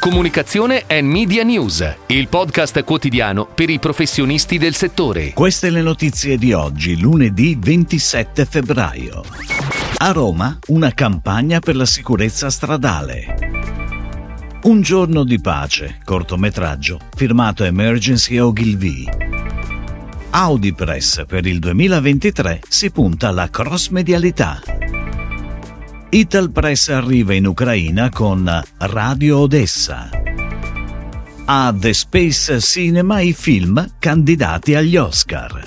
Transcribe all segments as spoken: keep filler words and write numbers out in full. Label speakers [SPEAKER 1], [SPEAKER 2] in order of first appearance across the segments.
[SPEAKER 1] Comunicazione and Media News, il podcast quotidiano per i professionisti del settore.
[SPEAKER 2] Queste le notizie di oggi, lunedì ventisette febbraio. A Roma, una campagna per la sicurezza stradale. Un giorno di pace, cortometraggio, firmato Emergency Ogilvy. Audi Press per il duemilaventitré si punta alla cross-medialità. Italpress arriva in Ucraina con Radio Odessa. A The Space Cinema i film candidati agli Oscar.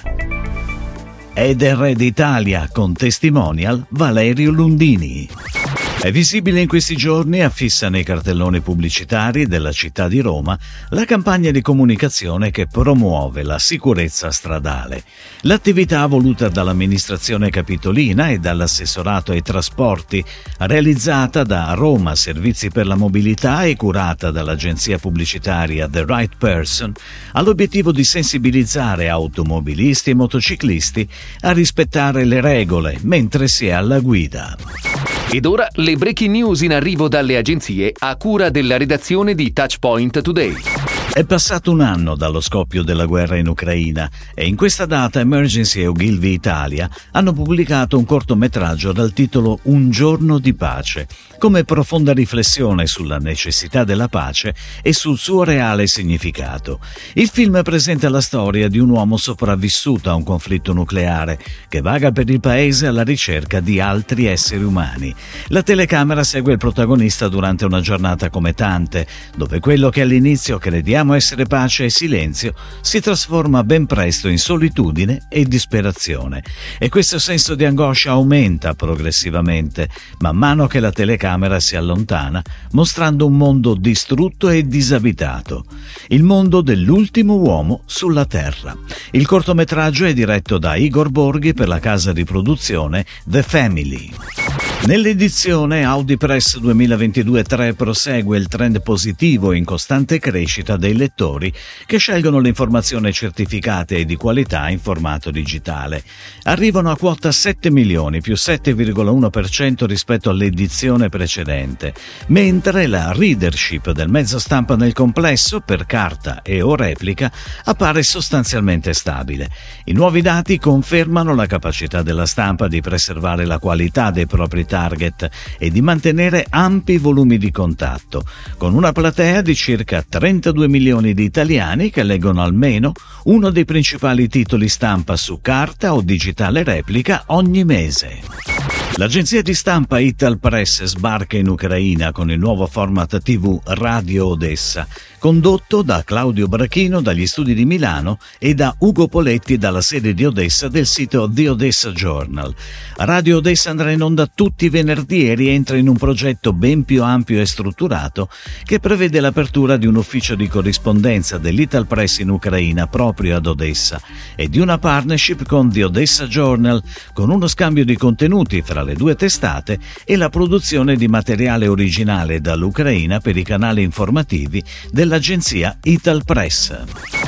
[SPEAKER 2] Ed è Re d'Italia con testimonial Valerio Lundini. È visibile in questi giorni, affissa nei cartelloni pubblicitari della città di Roma, la campagna di comunicazione che promuove la sicurezza stradale. L'attività voluta dall'amministrazione capitolina e dall'assessorato ai trasporti, realizzata da Roma Servizi per la Mobilità e curata dall'agenzia pubblicitaria The Right Person, ha l'obiettivo di sensibilizzare automobilisti e motociclisti a rispettare le regole mentre si è alla guida.
[SPEAKER 1] Ed ora le breaking news in arrivo dalle agenzie a cura della redazione di Touchpoint Today.
[SPEAKER 2] È passato un anno dallo scoppio della guerra in Ucraina e in questa data Emergency e Ogilvy Italia hanno pubblicato un cortometraggio dal titolo Un giorno di pace, come profonda riflessione sulla necessità della pace e sul suo reale significato. Il film presenta la storia di un uomo sopravvissuto a un conflitto nucleare che vaga per il paese alla ricerca di altri esseri umani. La telecamera segue il protagonista durante una giornata come tante, dove quello che all'inizio crediamo essere pace e silenzio si trasforma ben presto in solitudine e disperazione, e questo senso di angoscia aumenta progressivamente man mano che la telecamera si allontana, mostrando un mondo distrutto e disabitato, il mondo dell'ultimo uomo sulla terra. Il cortometraggio è diretto da Igor Borghi per la casa di produzione The Family. Nell'edizione Audi Press duemilaventidue tre prosegue il trend positivo in costante crescita dei lettori che scelgono le informazioni certificate e di qualità in formato digitale. Arrivano a quota sette milioni, più sette virgola uno per cento rispetto all'edizione precedente, mentre la readership del mezzo stampa nel complesso, per carta e o replica, appare sostanzialmente stabile. I nuovi dati confermano la capacità della stampa di preservare la qualità dei propri target e di mantenere ampi volumi di contatto, con una platea di circa trentadue milioni di italiani che leggono almeno uno dei principali titoli stampa su carta o digitale replica ogni mese. L'agenzia di stampa Italpress sbarca in Ucraina con il nuovo format tivù Radio Odessa, condotto da Claudio Brachino dagli studi di Milano e da Ugo Poletti dalla sede di Odessa del sito The Odessa Journal. Radio Odessa andrà in onda tutti i venerdì e rientra in un progetto ben più ampio e strutturato che prevede l'apertura di un ufficio di corrispondenza dell'Italpress in Ucraina proprio ad Odessa e di una partnership con The Odessa Journal, con uno scambio di contenuti fra le due testate e la produzione di materiale originale dall'Ucraina per i canali informativi dell'agenzia Italpress.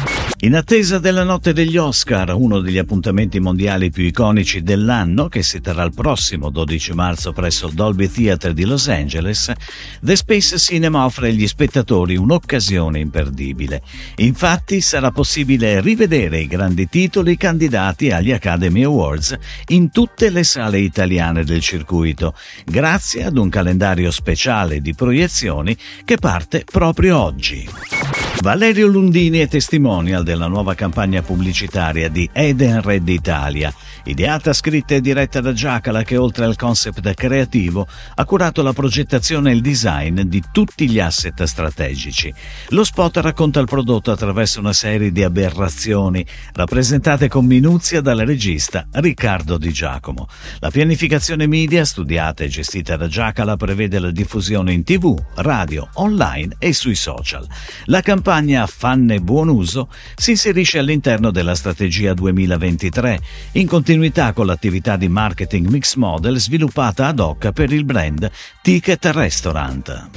[SPEAKER 2] In attesa della notte degli Oscar, uno degli appuntamenti mondiali più iconici dell'anno, che si terrà il prossimo dodici marzo presso il Dolby Theatre di Los Angeles, The Space Cinema offre agli spettatori un'occasione imperdibile. Infatti sarà possibile rivedere i grandi titoli candidati agli Academy Awards in tutte le sale italiane del circuito, grazie ad un calendario speciale di proiezioni che parte proprio oggi. Valerio Lundini è testimonial della nuova campagna pubblicitaria di Eden Re d'Italia, ideata, scritta e diretta da Giacala, che oltre al concept creativo ha curato la progettazione e il design di tutti gli asset strategici. Lo spot racconta il prodotto attraverso una serie di aberrazioni rappresentate con minuzia dal regista Riccardo Di Giacomo. La pianificazione media, studiata e gestita da Giacala, prevede la diffusione in tivù, radio, online e sui social. La campagna Fanne Buon Uso si inserisce all'interno della strategia duemilaventitré, in continuità con l'attività di marketing mix model sviluppata ad hoc per il brand Ticket Restaurant.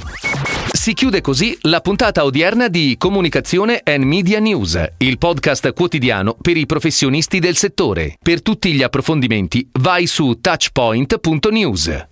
[SPEAKER 1] Si chiude così la puntata odierna di Comunicazione and Media News, il podcast quotidiano per i professionisti del settore. Per tutti gli approfondimenti vai su touchpoint punto news.